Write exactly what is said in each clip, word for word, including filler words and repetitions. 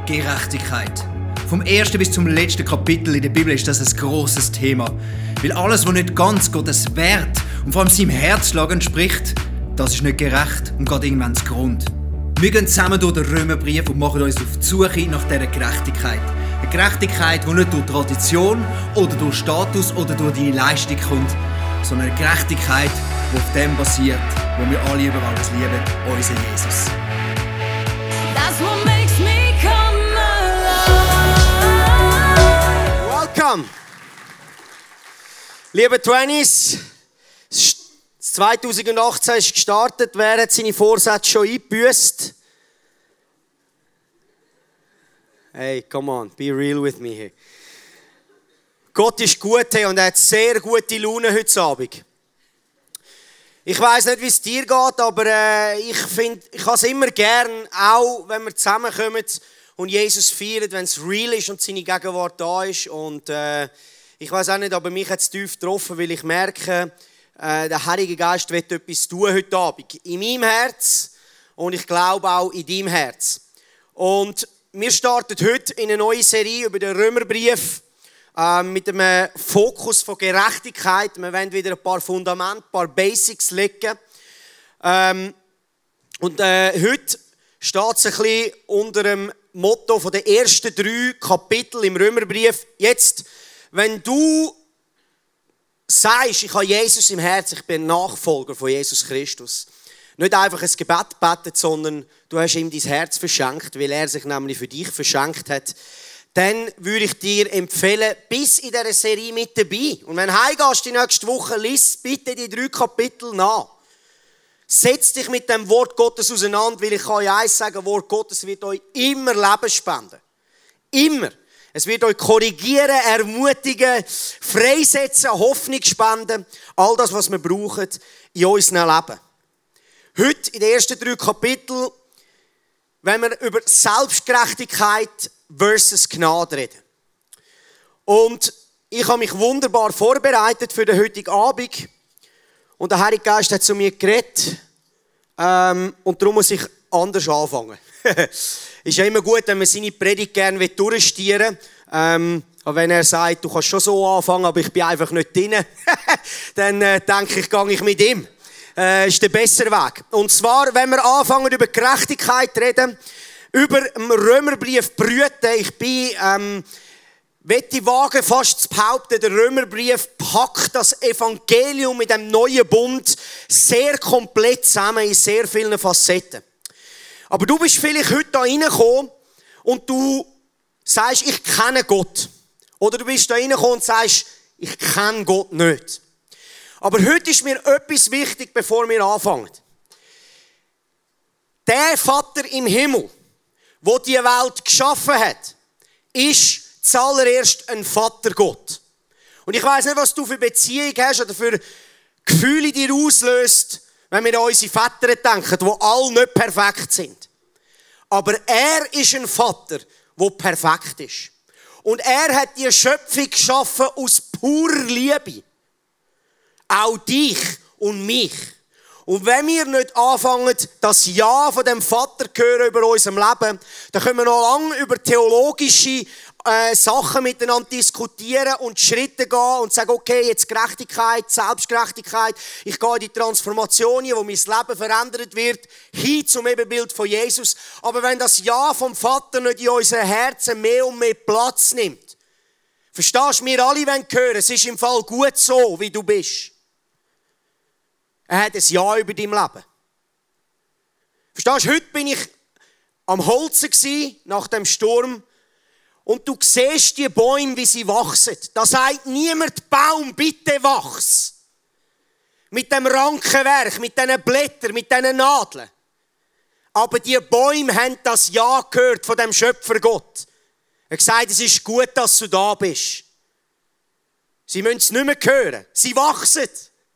Gerechtigkeit. Vom ersten bis zum letzten Kapitel in der Bibel ist das ein grosses Thema. Weil alles, was nicht ganz Gottes Wert und vor allem seinem Herzschlag entspricht, das ist nicht gerecht und geht irgendwann zu Grund. Wir gehen zusammen durch den Römerbrief und machen uns auf die Suche nach dieser Gerechtigkeit. Eine Gerechtigkeit, die nicht durch Tradition oder durch Status oder durch deine Leistung kommt, sondern eine Gerechtigkeit, die auf dem basiert, wo wir alle über alles lieben, unseren Jesus. That's what makes me come alive. Welcome! Liebe Twenties, zwanzig achtzehn ist gestartet. Wer hat seine Vorsätze schon eingebüßt? Hey, come on, be real with me here. Gott ist gut hey, und er hat sehr gute Laune heute Abend. Ich weiss nicht, wie es dir geht, aber äh, ich finde, ich habe es immer gern, auch wenn wir zusammenkommen und Jesus feiern, wenn es real ist und seine Gegenwart da ist. Und äh, ich weiss auch nicht, aber mich hat es tief getroffen, weil ich merke, äh, der Heilige Geist will etwas tun heute Abend. In meinem Herz und ich glaube auch in deinem Herz. Und wir starten heute in eine neue Serie über den Römerbrief. Ähm, mit einem Fokus von Gerechtigkeit. Wir wollen wieder ein paar Fundamente, ein paar Basics legen. Ähm, und äh, heute steht es ein bisschen unter dem Motto von den ersten drei Kapitel im Römerbrief. Jetzt, wenn du sagst, ich habe Jesus im Herzen, ich bin Nachfolger von Jesus Christus, nicht einfach ein Gebet betet, sondern du hast ihm dein Herz verschenkt, weil er sich nämlich für dich verschenkt hat, dann würde ich dir empfehlen, bis in dieser Serie mit dabei. Und wenn du heimgehst die nächste Woche, lies bitte die drei Kapitel nach. Setz dich mit dem Wort Gottes auseinander, weil ich kann euch eins sagen, Wort Gottes wird euch immer Leben spenden. Immer. Es wird euch korrigieren, ermutigen, freisetzen, Hoffnung spenden. All das, was wir brauchen in unserem Leben. Heute, in den ersten drei Kapiteln, wenn wir über Selbstgerechtigkeit versus Gnade reden. Und ich habe mich wunderbar vorbereitet für den heutigen Abend. Und der Heilige Geist hat zu mir geredet. Ähm, und darum muss ich anders anfangen. Ist ja immer gut, wenn man seine Predigt gerne durchstieren will. Ähm, aber wenn er sagt, du kannst schon so anfangen, aber ich bin einfach nicht drin, dann äh, denke ich, gehe ich mit ihm. Äh, ist der bessere Weg. Und zwar, wenn wir anfangen über Gerechtigkeit zu reden, über den Römerbrief brüten. Ich bin, ähm, möchte wagen, fast zu behaupten, der Römerbrief packt das Evangelium mit dem neuen Bund sehr komplett zusammen in sehr vielen Facetten. Aber du bist vielleicht heute da reingekommen und du sagst, ich kenne Gott. Oder du bist da reingekommen und sagst, ich kenne Gott nicht. Aber heute ist mir etwas wichtig, bevor wir anfangen. Der Vater im Himmel, der die Welt geschaffen hat, ist zuallererst ein Vatergott. Und ich weiss nicht, was du für Beziehung hast oder für Gefühle dir auslöst, wenn wir an unsere Väter denken, die alle nicht perfekt sind. Aber er ist ein Vater, der perfekt ist. Und er hat die Schöpfung geschaffen aus purer Liebe. Auch dich und mich. Und wenn wir nicht anfangen, das Ja von dem Vater zu hören über unserem Leben, dann können wir noch lange über theologische äh, Sachen miteinander diskutieren und Schritte gehen und sagen, okay, jetzt Gerechtigkeit, Selbstgerechtigkeit, ich gehe in die Transformation, wo mein Leben verändert wird, hin zum Ebenbild von Jesus. Aber wenn das Ja vom Vater nicht in unseren Herzen mehr und mehr Platz nimmt, verstehst du, wir alle wollen hören, es ist im Fall gut so, wie du bist. Er hat ein Ja über dein Leben. Verstehst du, heute bin ich am Holzen gsi, nach dem Sturm, und du siehst die Bäume, wie sie wachsen. Da sagt niemand, Baum, bitte wachs. Mit dem Rankenwerk, mit diesen Blättern, mit diesen Nadeln. Aber die Bäume haben das Ja gehört von dem Schöpfer Gott. Er hat gesagt, es ist gut, dass du da bist. Sie müssen es nicht mehr hören. Sie wachsen.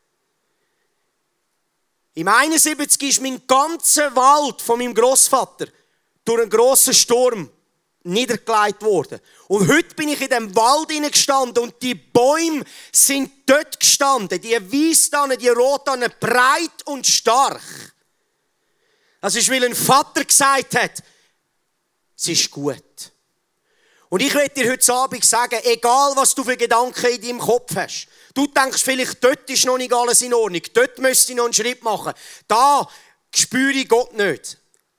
Im einundsiebzig ist mein ganzer Wald von meinem Grossvater durch einen grossen Sturm niedergelegt worden. Und heute bin ich in dem Wald hineingestanden und die Bäume sind dort gestanden. Die Weisstannen, die Rottannen, breit und stark. Das ist, weil ein Vater gesagt hat, es ist gut. Und ich will dir heute Abend sagen, egal was du für Gedanken in deinem Kopf hast, du denkst vielleicht, dort ist noch nicht alles in Ordnung, dort müsste ich noch einen Schritt machen. Da spüre ich Gott nicht.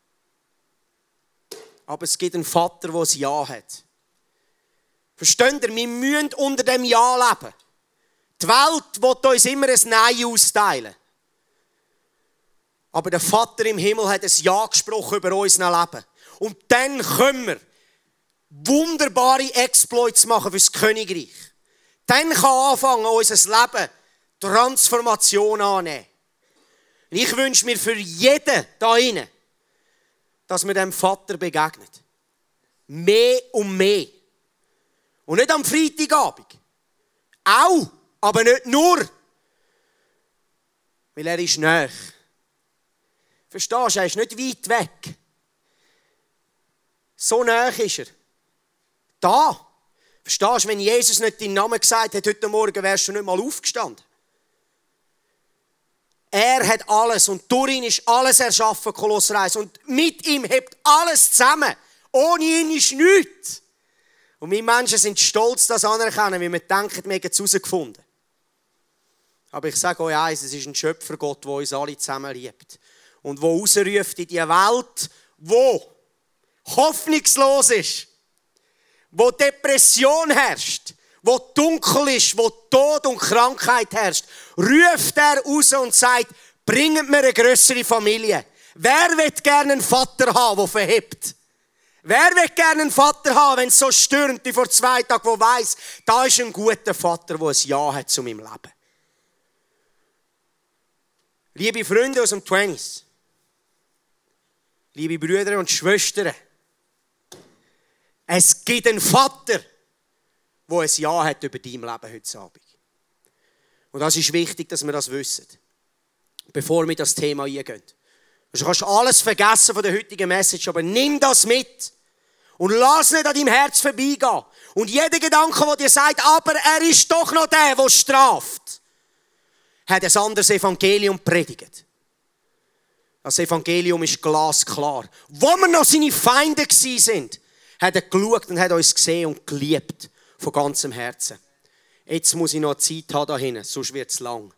Aber es gibt einen Vater, der ein Ja hat. Versteht ihr? Wir müssen unter dem Ja leben. Die Welt will uns immer ein Nein austeilen. Aber der Vater im Himmel hat ein Ja gesprochen über unser Leben. Und dann können wir wunderbare Exploits machen für das Königreich. Dann kann anfangen, unser Leben Transformation annehmen. Und ich wünsche mir für jeden da drinnen, dass wir dem Vater begegnet. Mehr und mehr. Und nicht am Freitagabend. Auch, aber nicht nur. Weil er ist nahe. Verstehst du, er ist nicht weit weg. So nahe ist er. Da. Verstehst du, wenn Jesus nicht deinen Namen gesagt hat, heute Morgen wärst du nicht mal aufgestanden. Er hat alles und durch ihn ist alles erschaffen, Kolosser eins. Und mit ihm hebt alles zusammen. Ohne ihn ist nichts. Und wir Menschen sind stolz, das anerkennen, weil wir denken, wir haben es herausgefunden. Aber ich sage euch eins, es ist ein Schöpfergott, der uns alle zusammen liebt. Und der rausruft in die Welt, wo hoffnungslos ist, wo Depression herrscht, wo dunkel ist, wo Tod und Krankheit herrscht, ruft er raus und sagt, bringt mir eine grössere Familie. Wer will gerne einen Vater haben, der verhebt? Wer will gerne einen Vater haben, wenn es so stürmt wie vor zwei Tagen, der weiss, da ist ein guter Vater, der ein Ja hat zu meinem Leben. Liebe Freunde aus dem Twenties, liebe Brüder und Schwestern, es gibt einen Vater, der ein Ja hat über dein Leben heute Abend. Und das ist wichtig, dass wir das wissen, bevor wir das Thema eingehen. Du kannst alles vergessen von der heutigen Message, aber nimm das mit und lass nicht an deinem Herz vorbeigehen. Und jeder Gedanke, der dir sagt, aber er ist doch noch der, der straft, hat ein anderes Evangelium predigt. Das Evangelium ist glasklar. Wo wir noch seine Feinde waren, hat er geschaut und hat uns gesehen und geliebt. Von ganzem Herzen. Jetzt muss ich noch Zeit haben da hinten, sonst wird es lang.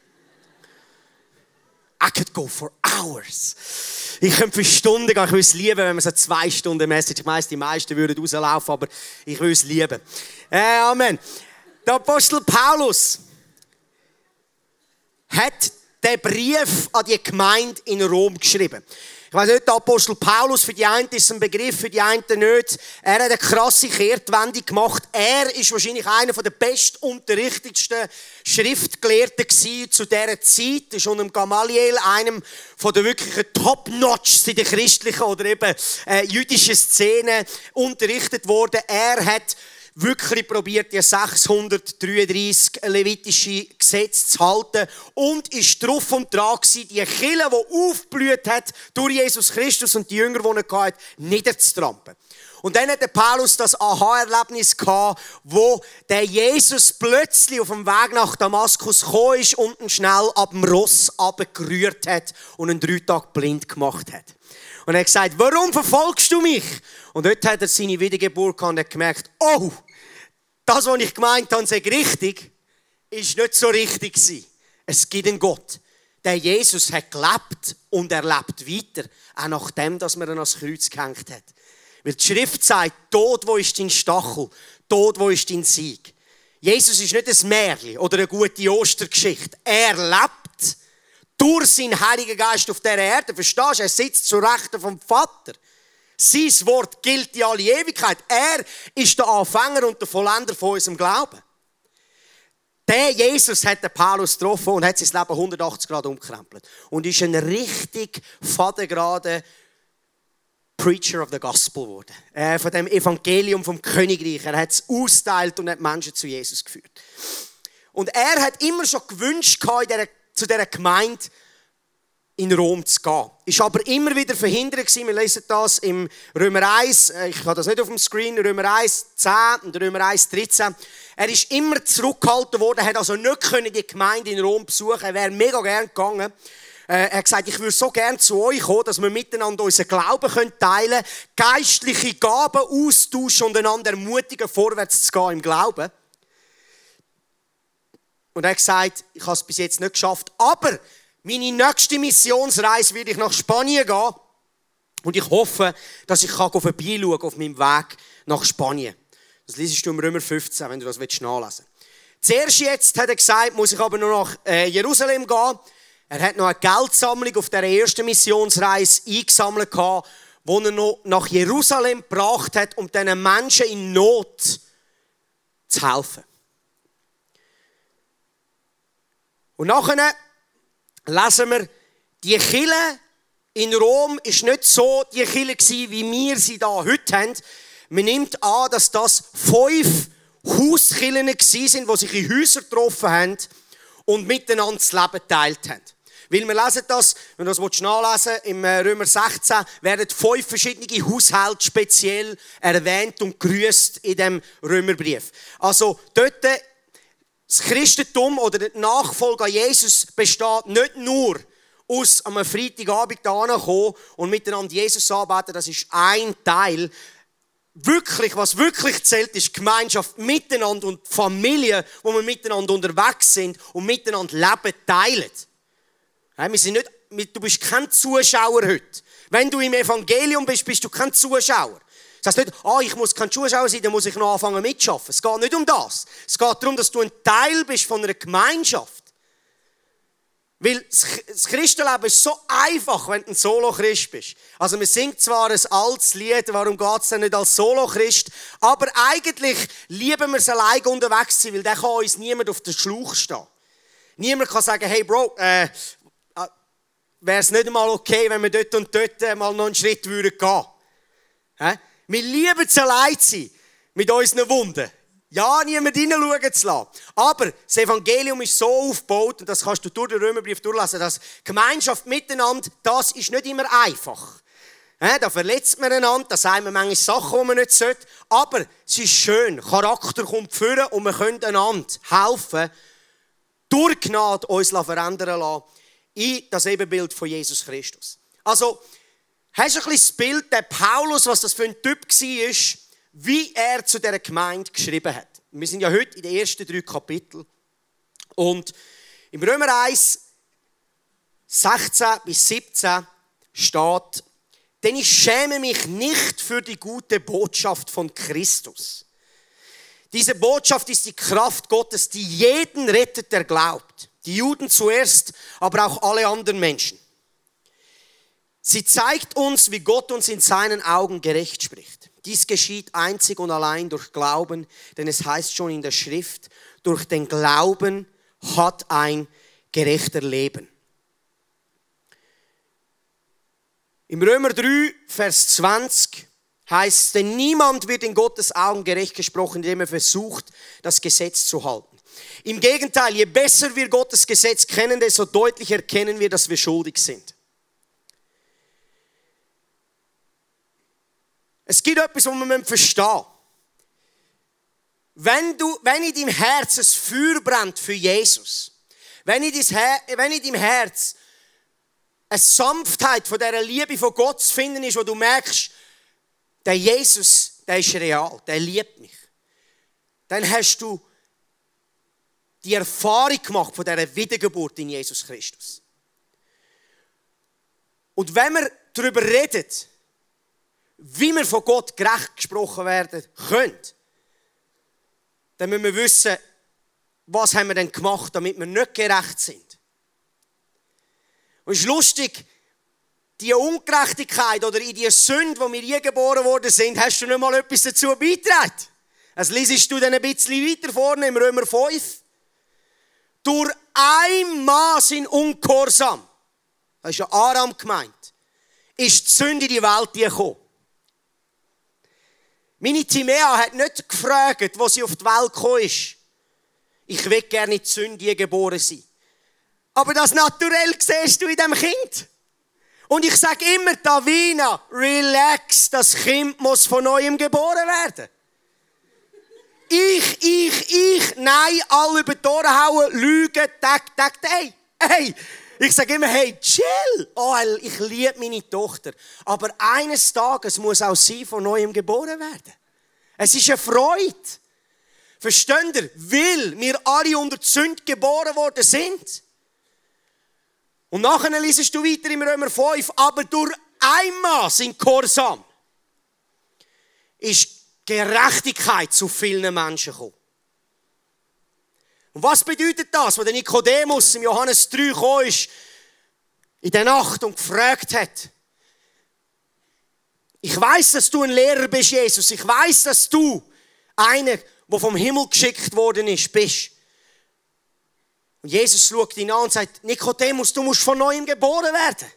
I could go for hours. Ich könnte für Stunden gehen. Ich würde es lieben, wenn wir so zwei Stunden Message, ich weiss, die meisten würden rauslaufen, aber ich würde es lieben. Äh, Amen. Der Apostel Paulus hat den Brief an die Gemeinde in Rom geschrieben. Ich weiss nicht, der Apostel Paulus, für die einen ist es ein Begriff, für die einen nicht. Er hat eine krasse Kehrtwende gemacht. Er ist wahrscheinlich einer der bestunterrichtetsten Schriftgelehrten gewesen zu dieser Zeit. Er ist unter dem Gamaliel, einem von der wirklichen Top-Notchs in der christlichen oder eben äh, jüdischen Szene unterrichtet worden. Er hat wirklich probiert, die sechshundertdreiunddreißig levitische Gesetze zu halten und ist drauf und dran gewesen, die Kirche, die aufgeblüht hat durch Jesus Christus und die Jünger, die er hatte, niederzutrampen. Und dann hat der Paulus das Aha-Erlebnis gehabt, wo der Jesus plötzlich auf dem Weg nach Damaskus gekommen ist und ihn schnell ab dem Ross runtergerührt hat und ihn drei Tage blind gemacht hat. Und er hat gesagt, warum verfolgst du mich? Und dort hat er seine Wiedergeburt gehabt und hat gemerkt, oh, das, was ich gemeint habe, sei richtig, ist nicht so richtig gewesen. Es gibt einen Gott. Der Jesus hat gelebt und er lebt weiter, auch nachdem, dass man ihn ans Kreuz gehängt hat. Weil die Schrift sagt, Tod, wo ist dein Stachel? Tod, wo ist dein Sieg? Jesus ist nicht ein Märchen oder eine gute Ostergeschichte. Er lebt durch seinen Heiligen Geist auf dieser Erde. Verstehst du? Er sitzt zur Rechten vom Vater. Sein Wort gilt in alle Ewigkeit. Er ist der Anfänger und der Vollender von unserem Glauben. Der Jesus hat den Paulus getroffen und hat sein Leben hundertachtzig Grad umgekrempelt. Und ist ein richtig fadengrader Preacher of the Gospel geworden. Äh, von dem Evangelium vom Königreich. Er hat es austeilt und hat Menschen zu Jesus geführt. Und er hat immer schon gewünscht, in dieser, zu dieser Gemeinde in Rom zu gehen. Ist aber immer wieder verhindert gewesen. Wir lesen das im Römer eins, ich habe das nicht auf dem Screen, Römer eins zehn und Römer eins dreizehn. Er ist immer zurückgehalten worden, hat also nicht können die Gemeinde in Rom besuchen. Er wäre mega gern gegangen. Er hat gesagt, ich würde so gerne zu euch kommen, dass wir miteinander unseren Glauben teilen können, geistliche Gaben austauschen und einander ermutigen, vorwärts zu gehen im Glauben. Und er hat gesagt, ich habe es bis jetzt nicht geschafft, aber meine nächste Missionsreise werde ich nach Spanien gehen. Und ich hoffe, dass ich vorbeischauen kann auf meinem Weg nach Spanien. Das liest du im Römer fünfzehn, wenn du das nachlesen willst. Zuerst jetzt, hat er gesagt, muss ich aber noch nach äh, Jerusalem gehen. Er hat noch eine Geldsammlung auf dieser ersten Missionsreise eingesammelt, die er noch nach Jerusalem gebracht hat, um diesen Menschen in Not zu helfen. Und nachher lesen wir, die Kirche in Rom war nicht so die Kirche, wie wir sie da heute haben. Man nimmt an, dass das fünf Hauskirchen waren, die sich in Häusern getroffen haben und miteinander das Leben geteilt haben. Weil wir lesen das, wenn du das nachlesen willst, im Römer sechzehn werden fünf verschiedene Haushalte speziell erwähnt und grüßt in diesem Römerbrief. Also dort, das Christentum oder die Nachfolge an Jesus besteht nicht nur aus am Freitagabend hierher kommen und miteinander Jesus anbeten, das ist ein Teil. Wirklich, was wirklich zählt, ist Gemeinschaft miteinander und Familie, wo wir miteinander unterwegs sind und miteinander Leben teilen. Wir sind nicht, du bist kein Zuschauer heute. Wenn du im Evangelium bist, bist du kein Zuschauer. Das heißt nicht, ah, ich muss kein Zuschauer sein, dann muss ich noch anfangen mitzuschaffen. Es geht nicht um das. Es geht darum, dass du ein Teil bist von einer Gemeinschaft. Weil das Christenleben ist so einfach, wenn du ein Solo-Christ bist. Also man singt zwar ein altes Lied, warum geht es denn nicht als Solo-Christ, aber eigentlich lieben wir es alleine unterwegs zu sein, weil dann kann uns niemand auf den Schlauch stehen. Niemand kann sagen, hey Bro, äh, wäre es nicht einmal okay, wenn wir dort und dort mal noch einen Schritt gehen würden. Hä? Wir lieben es allein zu sein, mit unseren Wunden. Ja, niemand hineinschauen zu lassen. Aber das Evangelium ist so aufgebaut, und das kannst du durch den Römerbrief durchlesen, dass Gemeinschaft miteinander, das ist nicht immer einfach. Da verletzt man einander, da sagen wir manchmal Sachen, die man nicht sollte. Aber es ist schön, Charakter kommt führen und wir können einander helfen, durch Gnade uns verändern lassen in das Ebenbild von Jesus Christus. Also, hast du ein bisschen das Bild, der Paulus, was das für ein Typ war, wie er zu dieser Gemeinde geschrieben hat. Wir sind ja heute in den ersten drei Kapiteln. Und im Römer eins, sechzehn bis siebzehn steht, denn ich schäme mich nicht für die gute Botschaft von Christus. Diese Botschaft ist die Kraft Gottes, die jeden rettet, der glaubt. Die Juden zuerst, aber auch alle anderen Menschen. Sie zeigt uns, wie Gott uns in seinen Augen gerecht spricht. Dies geschieht einzig und allein durch Glauben, denn es heißt schon in der Schrift, durch den Glauben hat ein Gerechter Leben. Im Römer drei, Vers zwanzig heißt, denn niemand wird in Gottes Augen gerecht gesprochen, indem er versucht, das Gesetz zu halten. Im Gegenteil, je besser wir Gottes Gesetz kennen, desto deutlicher erkennen wir, dass wir schuldig sind. Es gibt etwas, was man verstehen muss. Wenn, du, wenn in deinem Herz ein Feuer brennt für Jesus, wenn in, dein, wenn in deinem Herz eine Sanftheit von dieser Liebe von Gott zu finden ist, wo du merkst, der Jesus, der ist real, der liebt mich, dann hast du die Erfahrung gemacht von dieser Wiedergeburt in Jesus Christus. Und wenn wir darüber reden, wie wir von Gott gerecht gesprochen werden können, dann müssen wir wissen, was haben wir denn gemacht, damit wir nicht gerecht sind. Und es ist lustig, die Ungerechtigkeit oder in die Sünde, wo wir je geboren worden sind, hast du nicht mal etwas dazu beigetragen. Das liest du dann ein bisschen weiter vorne im Römer fünf. Durch ein Maß in Ungehorsam, das ist ja Aram gemeint, ist die Sünde in die Welt gekommen. Meine Timea hat nicht gefragt, wo sie auf die Welt gekommen ist. Ich will gerne in die Sünde geboren sein. Aber das naturell siehst du in diesem Kind. Und ich sage immer, Davina, relax, das Kind muss von neuem geboren werden. Ich, ich, ich, nein, alle über die Ohren hauen, lügen, tag, tag, tag. Hey, Ich sage immer, hey, chill. Oh, ich liebe meine Tochter. Aber eines Tages muss auch sie von Neuem geboren werden. Es ist eine Freude. Versteht ihr? Weil wir alle unter die Sünde geboren worden sind. Und nachher liest du weiter im Römer fünf, aber durch einmal sind Gehorsam ist Gerechtigkeit zu vielen Menschen gekommen. Und was bedeutet das, wo der Nikodemus im Johannes drei gekommen ist, in der Nacht und gefragt hat, ich weiss, dass du ein Lehrer bist, Jesus, ich weiss, dass du einer, der vom Himmel geschickt worden ist, bist. Und Jesus schaut ihn an und sagt, Nikodemus, du musst von Neuem geboren werden.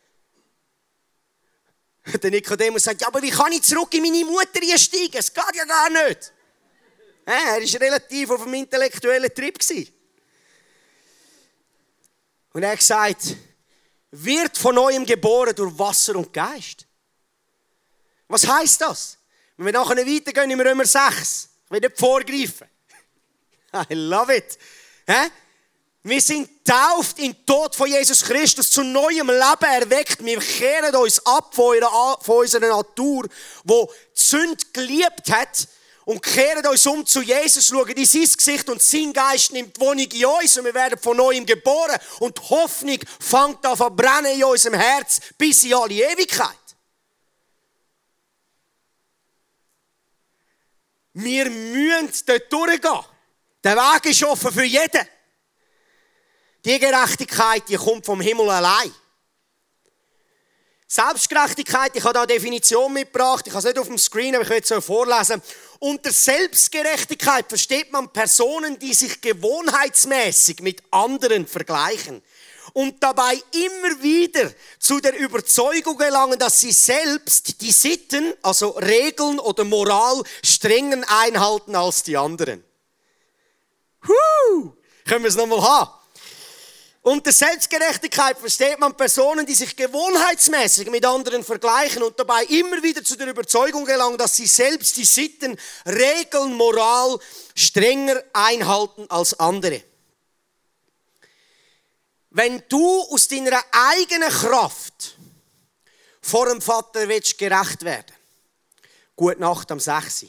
Der Nikodemus sagt, ja, aber wie kann ich zurück in meine Mutter einsteigen? Es geht ja gar nicht. Ja, er war relativ auf einem intellektuellen Trip. Und er hat gesagt, wird von Neuem geboren durch Wasser und Geist. Was heisst das? Wenn wir nachher weitergehen im Römer sechs, ich will nicht vorgreifen. I love it. Ja? Wir sind getauft in den Tod von Jesus Christus, zu neuem Leben erweckt. Wir kehren uns ab von unserer Natur, die die Sünde geliebt hat, und kehren uns um zu Jesus, schauen in sein Gesicht und sein Geist nimmt Wohnung in uns und wir werden von neuem geboren und die Hoffnung fängt an zu brennen in unserem Herz bis in alle Ewigkeit. Wir müssen dort durchgehen. Der Weg ist offen für jeden. Die Gerechtigkeit, die kommt vom Himmel allein. Selbstgerechtigkeit, ich habe da eine Definition mitgebracht, ich habe es nicht auf dem Screen, aber ich will es so vorlesen. Unter Selbstgerechtigkeit versteht man Personen, die sich gewohnheitsmäßig mit anderen vergleichen und dabei immer wieder zu der Überzeugung gelangen, dass sie selbst die Sitten, also Regeln oder Moral, strenger einhalten als die anderen. Huh! Können wir es nochmal haben? Unter Selbstgerechtigkeit versteht man Personen, die sich gewohnheitsmäßig mit anderen vergleichen und dabei immer wieder zu der Überzeugung gelangen, dass sie selbst die Sitten, Regeln, Moral strenger einhalten als andere. Wenn du aus deiner eigenen Kraft vor dem Vater willst gerecht werden, gute Nacht am sechs.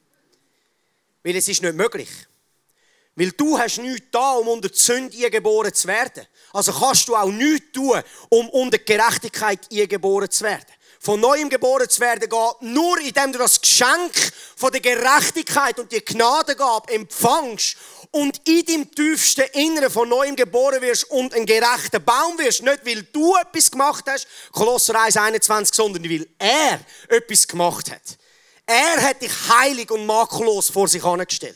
Weil es ist nicht möglich. Weil du hast nichts da, um unter die Sünde eingeboren zu werden. Also kannst du auch nichts tun, um unter die Gerechtigkeit eingeboren zu werden. Von Neuem geboren zu werden geht nur, indem du das Geschenk von der Gerechtigkeit und die Gnadengabe empfängst und in deinem tiefsten Inneren von Neuem geboren wirst und ein gerechter Baum wirst. Nicht, weil du etwas gemacht hast, Kolosser eins einundzwanzig, sondern weil er etwas gemacht hat. Er hat dich heilig und makellos vor sich angestellt.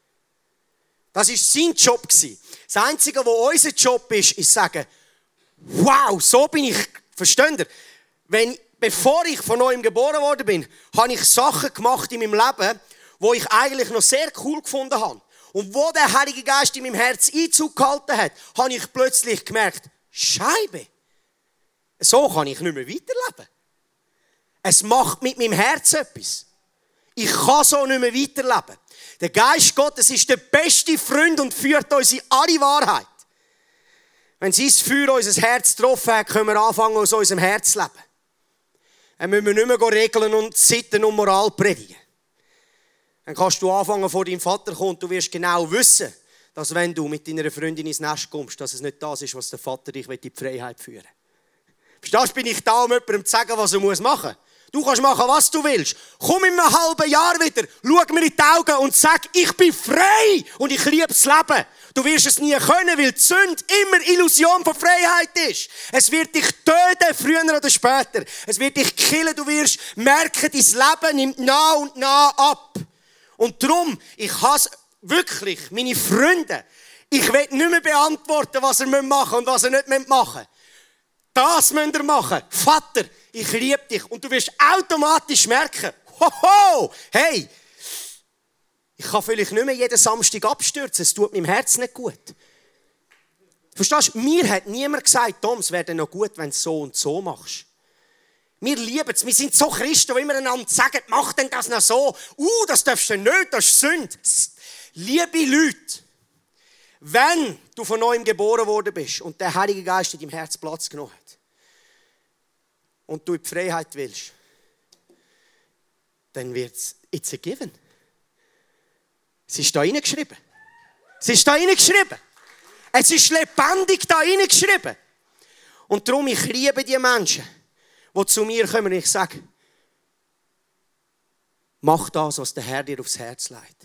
Das war sein Job. Das Einzige, was unser Job ist, ist zu sagen, wow, so bin ich. Versteht ihr? Wenn, bevor ich von neuem geboren worden bin, habe ich Sachen gemacht in meinem Leben, die ich eigentlich noch sehr cool gefunden habe. Und wo der Heilige Geist in meinem Herz Einzug gehalten hat, habe ich plötzlich gemerkt, Scheibe, so kann ich nicht mehr weiterleben. Es macht mit meinem Herz etwas. Ich kann so nicht mehr weiterleben. Der Geist Gottes ist der beste Freund und führt uns in alle Wahrheit. Wenn sein Feuer unser Herz getroffen hat, können wir anfangen, aus unserem Herz zu leben. Dann müssen wir nicht mehr regeln und Sitten und Moral predigen. Dann kannst du anfangen, vor deinem Vater kommen und du wirst genau wissen, dass wenn du mit deiner Freundin ins Nest kommst, dass es nicht das ist, was der Vater dich in die Freiheit führen will. Verstehst du, bin ich da, um jemandem zu sagen, was er machen muss? Du kannst machen, was du willst. Komm in einem halben Jahr wieder, schau mir in die Augen und sag, ich bin frei und ich liebe das Leben. Du wirst es nie können, weil die Sünde immer Illusion von Freiheit ist. Es wird dich töten, früher oder später. Es wird dich killen, du wirst merken, dein Leben nimmt nah und nah ab. Und darum, ich hasse wirklich meine Freunde. Ich will nicht mehr beantworten, was ihr machen müsst und was ihr nicht machen müsst. Das müsst ihr machen. Vater, ich liebe dich. Und du wirst automatisch merken, hoho, hey, ich kann vielleicht nicht mehr jeden Samstag abstürzen. Es tut meinem Herz nicht gut. Verstehst du? Mir hat niemand gesagt, Tom, es wäre noch gut, wenn du so und so machst. Wir lieben es. Wir sind so Christen, die immer einander sagen, mach denn das noch so. Uh, das darfst du nicht, das ist Sünde. Liebe Leute, Wenn du von neuem geboren worden bist und der Heilige Geist in deinem Herz Platz genommen hat und du in die Freiheit willst, dann wird es it's a given. Es ist da reingeschrieben. Es ist da reingeschrieben. Es ist lebendig da reingeschrieben. Und darum, ich liebe die Menschen, die zu mir kommen und ich sage, mach das, was der Herr dir aufs Herz legt.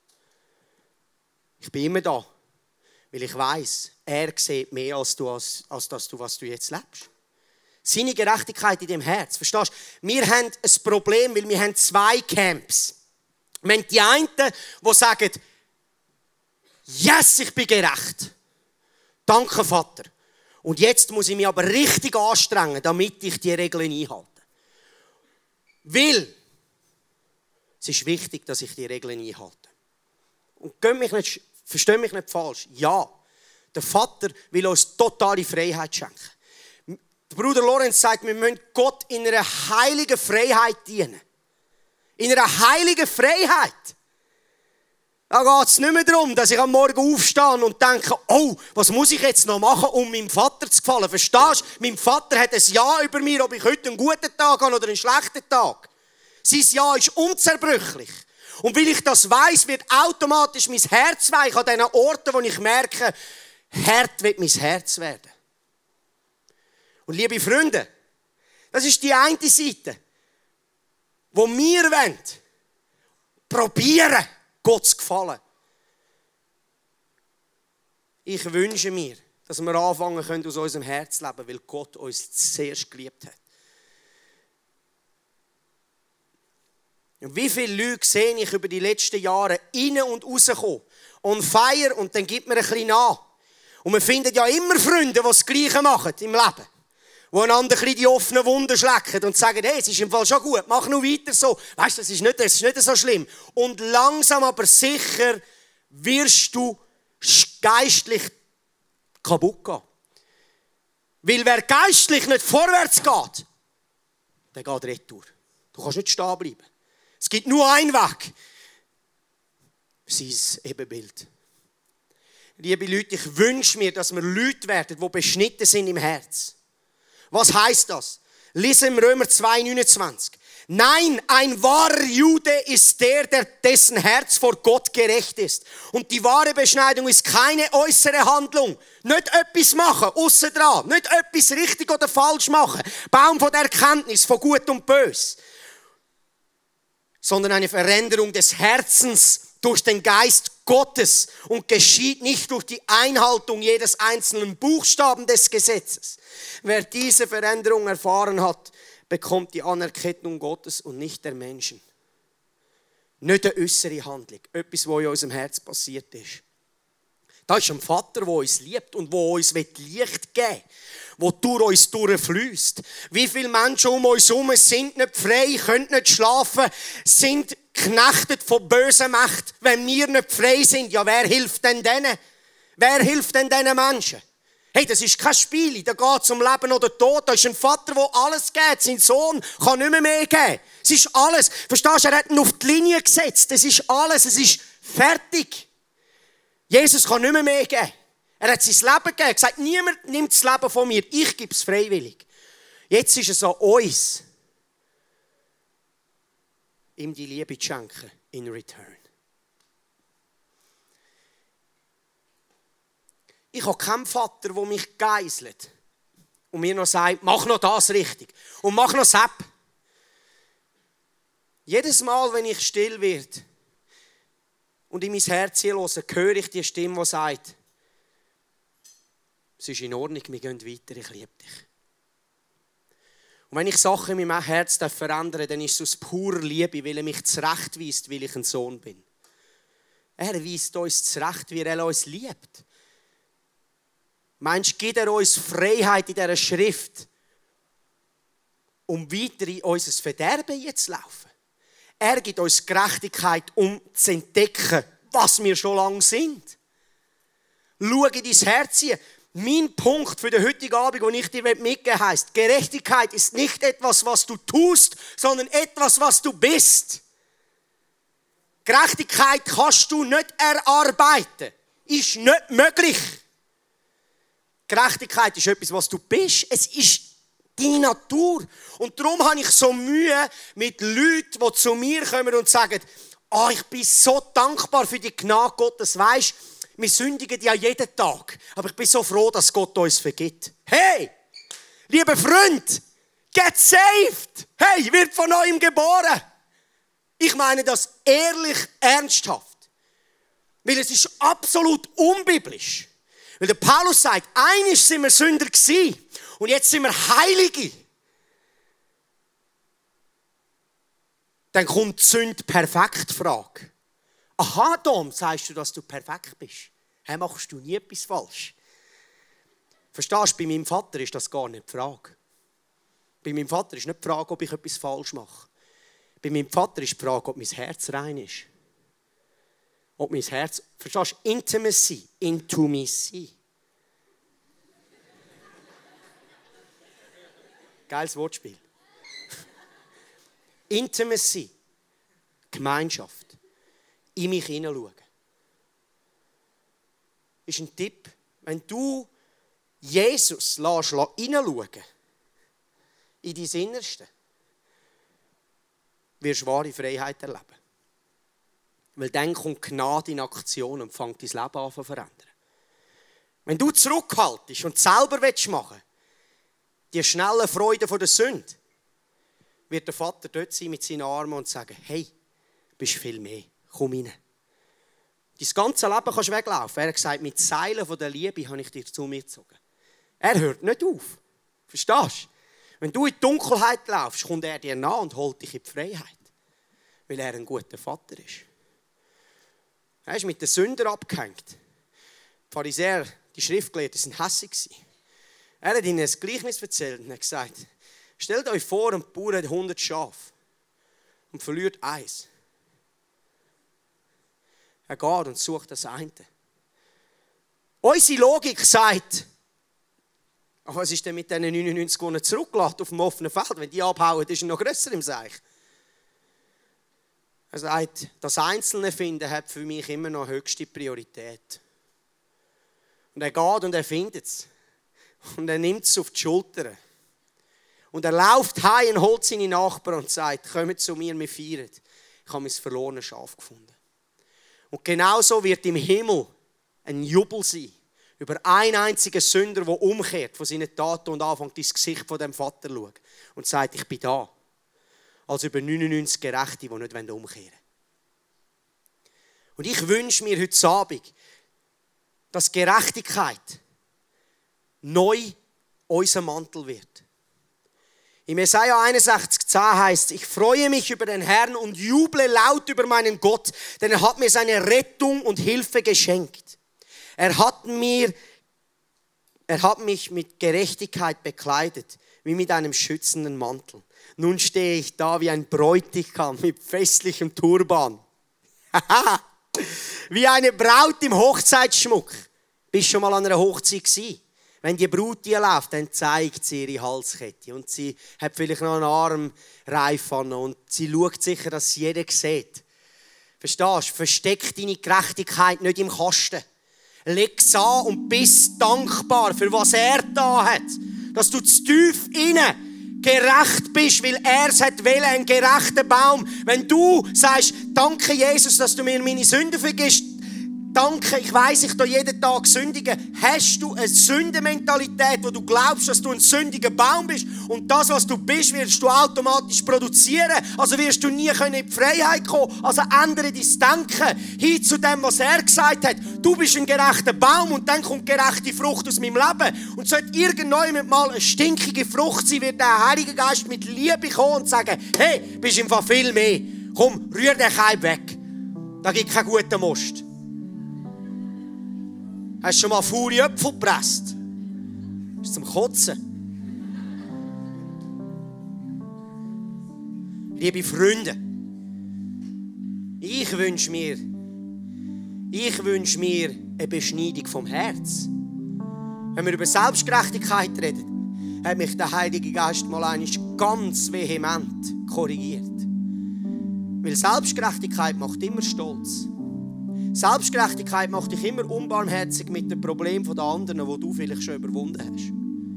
Ich bin immer da, weil ich weiss, er sieht mehr als du, als, als das, du, was du jetzt lebst. Seine Gerechtigkeit in dem Herz. Verstehst du? Wir haben ein Problem, weil wir haben zwei Camps. Wir haben die einen, die sagen, yes, ich bin gerecht. Danke, Vater. Und jetzt muss ich mich aber richtig anstrengen, damit ich die Regeln einhalte. Weil es ist wichtig, dass ich die Regeln einhalte. Und mich nicht, versteh mich nicht falsch. Ja, der Vater will uns totale Freiheit schenken. Der Bruder Lorenz sagt, wir müssen Gott in einer heiligen Freiheit dienen. In einer heiligen Freiheit. Da geht es nicht mehr darum, dass ich am Morgen aufstehe und denke, oh, was muss ich jetzt noch machen, um meinem Vater zu gefallen? Verstehst du? Mein Vater hat ein Ja über mir, ob ich heute einen guten Tag habe oder einen schlechten Tag. Sein Ja ist unzerbrüchlich. Und weil ich das weiss, wird automatisch mein Herz weich an den Orten, wo ich merke, hart wird mein Herz werden. Und liebe Freunde, das ist die eine Seite, wo wir wollen, probieren, Gott zu gefallen. Ich wünsche mir, dass wir anfangen können, aus unserem Herz zu leben, weil Gott uns zuerst geliebt hat. Und wie viele Leute sehe ich über die letzten Jahre rein und rauskommen, on fire, und dann gibt mir ein bisschen nach. Und wir finden ja immer Freunde, die das Gleiche machen im Leben. Die einander ein bisschen die offenen Wunden schlecken und sagen, hey, es ist im Fall schon gut, mach noch weiter so. Weißt du, das ist nicht, das ist nicht so schlimm. Und langsam aber sicher wirst du geistlich kaputt gehen. Weil wer geistlich nicht vorwärts geht, der geht retour. Du kannst nicht stehen bleiben. Es gibt nur einen Weg. Sein Ebenbild. Liebe Leute, ich wünsche mir, dass wir Leute werden, die beschnitten sind im Herz. Was heißt das? Lese im Römer zwei neunundzwanzig. Nein, ein wahrer Jude ist der, der dessen Herz vor Gott gerecht ist. Und die wahre Beschneidung ist keine äußere Handlung. Nicht etwas machen, aussen dran. Nicht etwas richtig oder falsch machen. Baum von der Erkenntnis von Gut und Bös. Sondern eine Veränderung des Herzens durch den Geist Gottes und geschieht nicht durch die Einhaltung jedes einzelnen Buchstaben des Gesetzes. Wer diese Veränderung erfahren hat, bekommt die Anerkennung Gottes und nicht der Menschen. Nicht eine äußere Handlung, etwas, was in unserem Herz passiert ist. Da ist ein Vater, der uns liebt und der uns Licht geben will, der durch uns durchfließt. Wie viele Menschen um uns herum sind nicht frei, können nicht schlafen, sind geknechtet von bösen Mächten. Wenn wir nicht frei sind, ja, wer hilft denn denen? Wer hilft denn diesen Menschen? Hey, das ist kein Spiel, da geht es um Leben oder Tod. Da ist ein Vater, der alles gibt. Sein Sohn kann nicht mehr mehr geben. Es ist alles. Verstehst du, er hat ihn auf die Linie gesetzt. Das ist alles, es ist fertig. Jesus kann nicht mehr mehr geben. Er hat sein Leben gegeben. Er hat gesagt, niemand nimmt das Leben von mir. Ich gebe es freiwillig. Jetzt ist es an uns, ihm die Liebe zu schenken in return. Ich habe keinen Vater, der mich geisselt und mir noch sagt, mach noch das richtig und mach noch das. Jedes Mal, wenn ich still werde und in mein Herz höre, höre ich die Stimme, die sagt, es ist in Ordnung, wir gehen weiter, ich liebe dich. Und wenn ich Sachen in meinem Herz verändern darf, dann ist es aus purer Liebe, weil er mich zurechtweist, weil ich ein Sohn bin. Er weist uns zurecht, wie er uns liebt. Meinst du, gibt er uns Freiheit in dieser Schrift, um weiter in unser Verderben jetzt zu laufen? Er gibt uns Gerechtigkeit, um zu entdecken, was wir schon lange sind. Schau in dein Herz hier. Mein Punkt für den heutigen Abend, den ich dir mitgeben will, heisst, Gerechtigkeit ist nicht etwas, was du tust, sondern etwas, was du bist. Gerechtigkeit kannst du nicht erarbeiten. ist nicht möglich. Gerechtigkeit ist etwas, was du bist. Es ist deine Natur. Und darum habe ich so Mühe mit Leuten, die zu mir kommen und sagen, oh, ich bin so dankbar für die Gnade Gottes. Weisst, wir sündigen ja jeden Tag. Aber ich bin so froh, dass Gott uns vergibt. Hey, lieber Freund, get saved. Hey, wird von neuem geboren. Ich meine das ehrlich, ernsthaft. Weil es ist absolut unbiblisch. Weil der Paulus sagt, einmal sind wir Sünder gewesen und jetzt sind wir Heilige. Dann kommt die Sünd-Perfekt-Frage. Aha, Dom, sagst du, dass du perfekt bist? Hey, machst du nie etwas falsch? Verstehst du, bei meinem Vater ist das gar nicht die Frage. Bei meinem Vater ist nicht die Frage, ob ich etwas falsch mache. Bei meinem Vater ist die Frage, ob mein Herz rein ist. Ob mein Herz, verstehst du, Intimacy, Intimacy. Geiles Wortspiel. Intimacy, Gemeinschaft, in mich hineinschauen. Ist ein Tipp, wenn du Jesus lässt hineinschauen, in dein Innerste, wirst du wahre Freiheit erleben. Weil dann kommt Gnade in Aktion und fängt dein Leben an zu verändern. Wenn du zurückhaltest und selber machen willst, die schnelle Freude von der Sünde, wird der Vater dort sein mit seinen Armen und sagen, hey, du bist viel mehr, komm rein. Dein ganze Leben kannst du weglaufen. Er hat gesagt, mit Seilen von der Liebe habe ich dich zu mir gezogen. Er hört nicht auf. Verstehst du? Wenn du in die Dunkelheit laufst, kommt er dir nach und holt dich in die Freiheit. Weil er ein guter Vater ist. Er ist mit den Sündern abgehängt. Die Pharisäer, die Schriftgelehrten, waren hässig. Er hat ihnen ein Gleichnis erzählt und hat gesagt, stellt euch vor, ein Bauer hat hundert Schafe und verliert eins. Er geht und sucht das eine. Unsere Logik sagt, aber was ist denn mit diesen neunundneunzig, die er zurücklässt auf dem offenen Feld? Wenn die abhauen, ist er noch grösser im Seich. Er sagt, das Einzelne finden hat für mich immer noch höchste Priorität. Und er geht und er findet es. Und er nimmt es auf die Schulter. Und er läuft heim und holt seine Nachbarn und sagt, kommt zu mir, wir feiern. Ich habe mein verlorenes Schaf gefunden. Und genauso wird im Himmel ein Jubel sein über einen einzigen Sünder, der umkehrt von seinen Taten und anfängt ins Gesicht von dem Vater zu schauen und sagt, ich bin da. Als über neunundneunzig Gerechte, die nicht umkehren wollen. Und ich wünsche mir heute Abend, dass Gerechtigkeit neu unser Mantel wird. Im Jesaja einundsechzig zehn heißt, ich freue mich über den Herrn und juble laut über meinen Gott, denn er hat mir seine Rettung und Hilfe geschenkt. Er hat mir, er hat mich mit Gerechtigkeit bekleidet, wie mit einem schützenden Mantel. Nun stehe ich da wie ein Bräutigam mit festlichem Turban. Wie eine Braut im Hochzeitsschmuck. Bist du schon mal an einer Hochzeit gewesen? Wenn die Braut hier läuft, dann zeigt sie ihre Halskette. Und sie hat vielleicht noch einen Armreif an und sie schaut sicher, dass sie jeder sieht. Verstehst du? Versteck deine Gerechtigkeit nicht im Kasten. Leg es an und bist dankbar für was er da hat. Dass du zu tief innen gerecht bist, weil er es hat wollen, ein gerechter Baum. Wenn du sagst, danke Jesus, dass du mir meine Sünden vergisst, danke, ich weiss, ich tue jeden Tag sündigen. Hast du eine Sündenmentalität, wo du glaubst, dass du ein sündiger Baum bist und das, was du bist, wirst du automatisch produzieren. Also wirst du nie in die Freiheit kommen. Also ändere dein Denken hin zu dem, was er gesagt hat. Du bist ein gerechter Baum und dann kommt gerechte Frucht aus meinem Leben. Und sollte irgendjemand mal eine stinkige Frucht sein, wird der Heilige Geist mit Liebe kommen und sagen, hey, bist im Fall viel mehr. Komm, rühr den Keim weg. Da gibt keinen guten Most. Hast du schon mal faule Äpfel gepresst? Das ist zum Kotzen. Liebe Freunde, ich wünsche mir, ich wünsche mir eine Beschneidung vom Herz. Wenn wir über Selbstgerechtigkeit reden, hat mich der Heilige Geist mal einmal ganz vehement korrigiert. Weil Selbstgerechtigkeit macht immer stolz. Selbstgerechtigkeit macht dich immer unbarmherzig mit den Problemen der anderen, die du vielleicht schon überwunden hast.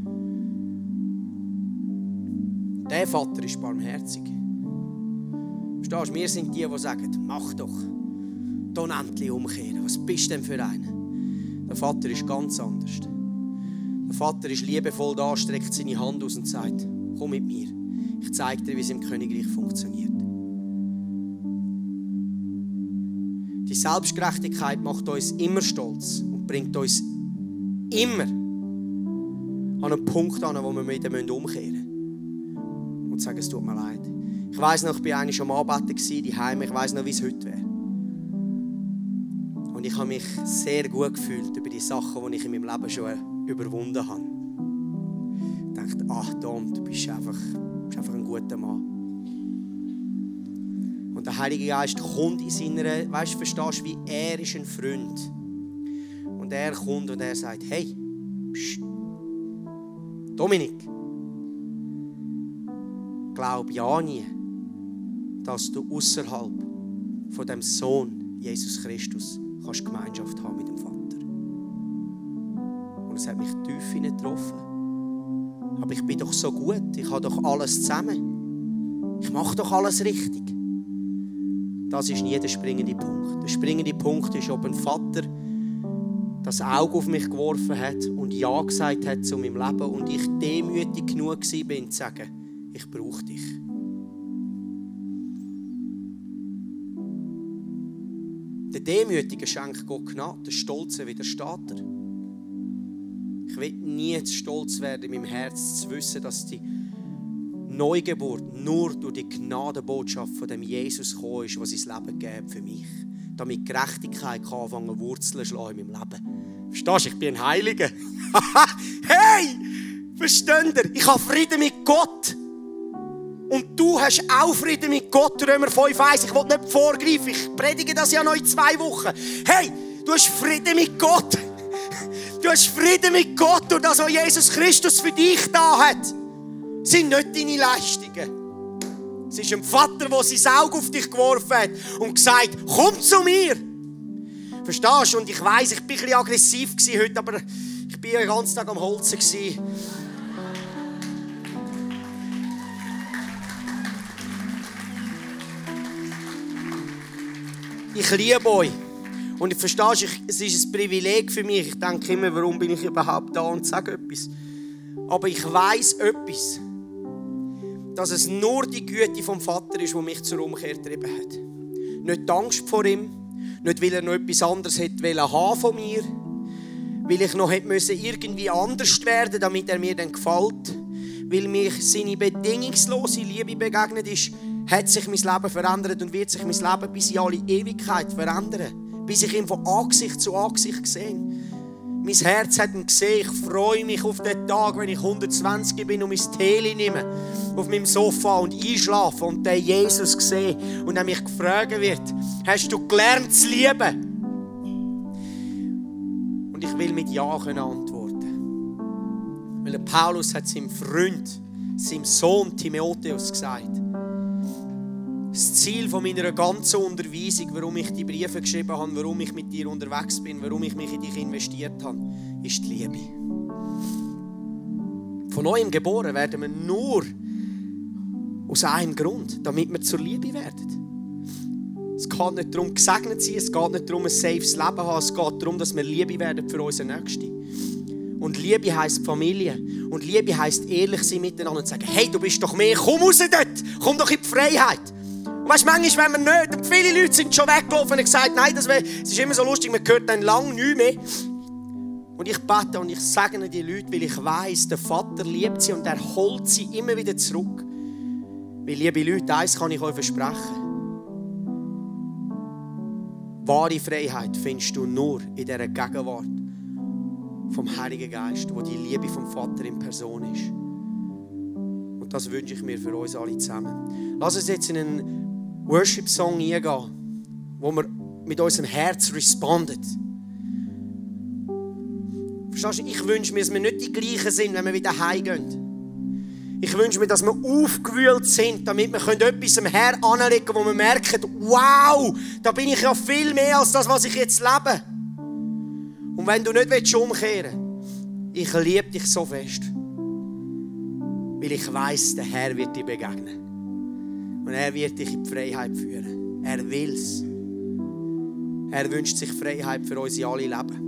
Der Vater ist barmherzig. Verstehst du, wir sind die, die sagen, mach doch, dann endlich umkehren. Was bist du denn für einen? Der Vater ist ganz anders. Der Vater ist liebevoll da, streckt seine Hand aus und sagt, komm mit mir, ich zeige dir, wie es im Königreich funktioniert. Die Selbstgerechtigkeit macht uns immer stolz und bringt uns immer an einen Punkt an, wo wir wieder umkehren müssen. Und sagen, es tut mir leid. Ich weiss noch, ich war eigentlich am Arbeiten, die Heime. Ich weiss noch, wie es heute wäre. Und ich habe mich sehr gut gefühlt über die Sachen, die ich in meinem Leben schon überwunden habe. Ich dachte, ach Tom, du bist einfach, bist einfach ein guter Mann. Und der Heilige Geist kommt in seiner, weißt du, verstehst du, wie er ist ein Freund. Und er kommt und er sagt, hey, psch, Dominik, glaub ja nie, dass du außerhalb von dem Sohn Jesus Christus kannst Gemeinschaft haben mit dem Vater. Und es hat mich tief getroffen. Aber ich bin doch so gut, ich habe doch alles zusammen. Ich mache doch alles richtig. Das ist nie der springende Punkt. Der springende Punkt ist, ob ein Vater das Auge auf mich geworfen hat und Ja gesagt hat zu meinem Leben und ich demütig genug war, zu sagen, ich brauche dich. Der Demütige schenkt Gott Gnade, der Stolze widersteht er. Ich will nie zu stolz werden in meinem Herz, zu wissen, dass die Neugeburt nur durch die Gnadenbotschaft von dem Jesus gekommen ist, was sein Leben gibt für mich. Damit Gerechtigkeit kann anfangen Wurzeln zu schlagen in meinem Leben. Verstehst du, ich bin ein Heiliger. Hey! Versteht ihr? Ich habe Frieden mit Gott. Und du hast auch Frieden mit Gott. Römer fünf eins. Ich will nicht vorgreifen. Ich predige das ja noch in zwei Wochen. Hey! Du hast Frieden mit Gott. Du hast Frieden mit Gott durch das, was Jesus Christus für dich da hat. Das sind nicht deine Leistungen. Es ist ein Vater, der sein Auge auf dich geworfen hat und gesagt, komm zu mir. Verstehst du? Und ich weiss, ich war ein bisschen aggressiv heute, aber ich war den ganzen Tag am Holzen. Ich liebe euch. Und ich verstehe, es ist ein Privileg für mich. Ich denke immer, warum bin ich überhaupt da und sage etwas. Aber ich weiss etwas. Dass es nur die Güte vom Vater ist, die mich zur Umkehr getrieben hat. Nicht die Angst vor ihm, nicht weil er noch etwas anderes hätte haben von mir, weil ich noch hätte müssen irgendwie anders werden, damit er mir dann gefällt, weil mir seine bedingungslose Liebe begegnet ist, hat sich mein Leben verändert und wird sich mein Leben bis in alle Ewigkeit verändern, bis ich ihn von Angesicht zu Angesicht sehe. Mein Herz hat ihn gesehen. Ich freue mich auf den Tag, wenn ich hundertzwanzig bin und mein Teli nehme, auf meinem Sofa und einschlafe und den Jesus sehe und er mich fragen wird, hast du gelernt zu lieben? Und ich will mit Ja antworten. Weil der Paulus hat seinem Freund, seinem Sohn Timotheus gesagt, das Ziel von meiner ganzen Unterweisung, warum ich die Briefe geschrieben habe, warum ich mit dir unterwegs bin, warum ich mich in dich investiert habe, ist die Liebe. Von neuem geboren werden wir nur aus einem Grund, damit wir zur Liebe werden. Es geht nicht darum, gesegnet zu sein, es geht nicht darum, ein safes Leben zu haben, es geht darum, dass wir Liebe werden für unseren Nächsten. Und Liebe heisst Familie. Und Liebe heisst ehrlich sein miteinander und sagen, hey, du bist doch mehr, komm raus dort, komm doch in die Freiheit. Und weißt, manchmal, wenn wir nicht, und viele Leute sind schon weggelaufen und gesagt, nein, das wär, es ist immer so lustig, man hört dann lange nichts mehr. Und ich bete und ich segne die Leute, weil ich weiss, der Vater liebt sie und er holt sie immer wieder zurück. Weil, liebe Leute, eins kann ich euch versprechen. Wahre Freiheit findest du nur in dieser Gegenwart vom Heiligen Geist, wo die Liebe vom Vater in Person ist. Und das wünsche ich mir für uns alle zusammen. Lass uns jetzt in einen Worship-Song eingehen, wo wir mit unserem Herz respondet. Verstehst du? Ich wünsche mir, dass wir nicht die gleichen sind, wenn wir wieder heimgehen. Ich wünsche mir, dass wir aufgewühlt sind, damit wir etwas am Herrn anlegen können, wo wir merken, wow, da bin ich ja viel mehr als das, was ich jetzt lebe. Und wenn du nicht umkehren willst, ich liebe dich so fest. Weil ich weiss, der Herr wird dir begegnen. Und er wird dich in die Freiheit führen. Er will es. Er wünscht sich Freiheit für uns in alle Leben.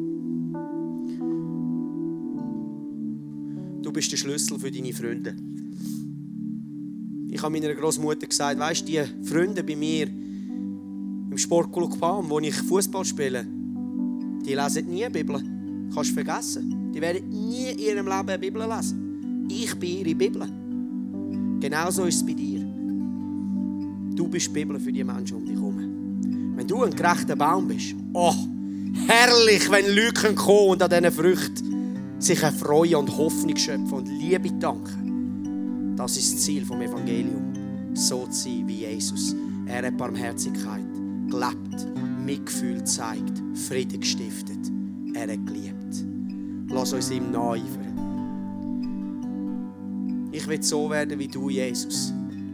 Du bist der Schlüssel für deine Freunde. Ich habe meiner Großmutter gesagt, weisst du, die Freunde bei mir im Sportclub Palm, wo ich Fußball spiele, die lesen nie eine Bibel. Kannst du vergessen. Die werden nie in ihrem Leben eine Bibel lesen. Ich bin ihre Bibel. Genauso ist es bei dir. Du bist die Bibel für die Menschen um dich herum. Wenn du ein gerechter Baum bist, oh, herrlich, wenn Leute kommen und an diesen Früchten sich erfreuen und Hoffnung schöpfen und Liebe danken. Das ist das Ziel vom Evangelium. So zu sein wie Jesus. Er hat Barmherzigkeit gelebt, Mitgefühl gezeigt, Frieden gestiftet. Er hat geliebt. Lass uns ihm nacheifern. Ich will so werden wie du, Jesus.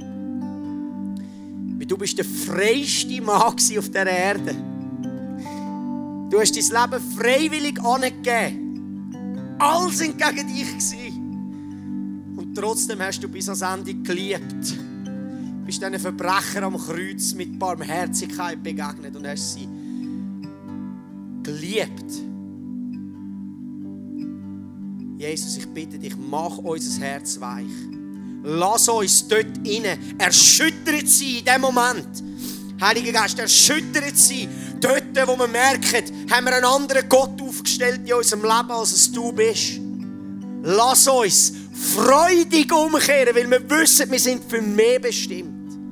Weil du bist der freiste Mann auf dieser Erde. Du hast dein Leben freiwillig angegeben. Alles waren gegen dich. Und trotzdem hast du bis ans Ende geliebt. Du bist diesen Verbrechern am Kreuz mit Barmherzigkeit begegnet und hast sie geliebt. Jesus, ich bitte dich, mach unser Herz weich. Lass uns dort rein erschüttert sein in diesem Moment. Heiliger Geist, erschüttert sein. Dort, wo wir merken, haben wir einen anderen Gott aufgestellt in unserem Leben, als es du bist. Lass uns freudig umkehren, weil wir wissen, wir sind für mehr bestimmt.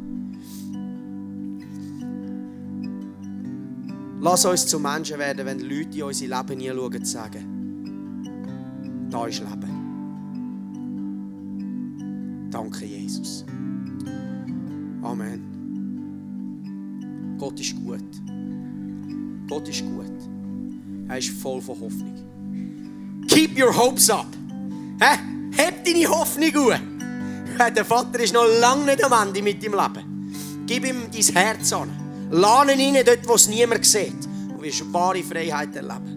Lass uns zu Menschen werden, wenn Leute in unser Leben hinschauen und sagen, da ist Leben. Danke, Jesus. Amen. Gott ist gut. Gott ist gut. Er ist voll von Hoffnung. Keep your hopes up. Hä? Heb deine Hoffnung auf. Der Vater ist noch lange nicht am Ende mit deinem Leben. Gib ihm dein Herz an. Lass ihn rein, dort, wo es niemand sieht. Und wirst wahre Freiheit erleben.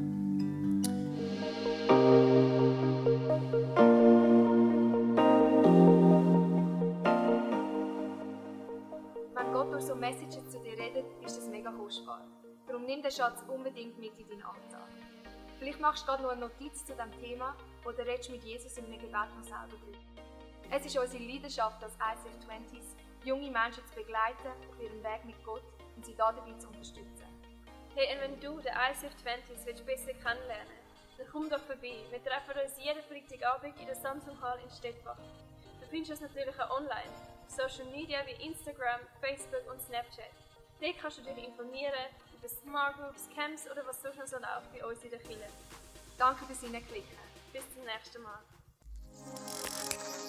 Messages zu dir redet, ist das mega kostbar. Darum nimm den Schatz unbedingt mit in deinen Alltag. Vielleicht machst du gerade noch eine Notiz zu diesem Thema oder redest mit Jesus in einem Gebet noch selber drüber. Es ist unsere Leidenschaft als I C F zwanzig, junge Menschen zu begleiten auf ihrem Weg mit Gott und sie dabei zu unterstützen. Hey, und wenn du den I C F zwanzig willst besser kennenlernen, dann komm doch vorbei. Wir treffen uns jeden Freitagabend in der Samsung Hall in Stettbach. Du findest uns natürlich auch online. Social Media wie Instagram, Facebook und Snapchat. Dort kannst du dich informieren über Smart Groups, Camps oder was sonst noch so läuft bei uns in der Kirche. Danke fürs Hineinklicken. Bis zum nächsten Mal.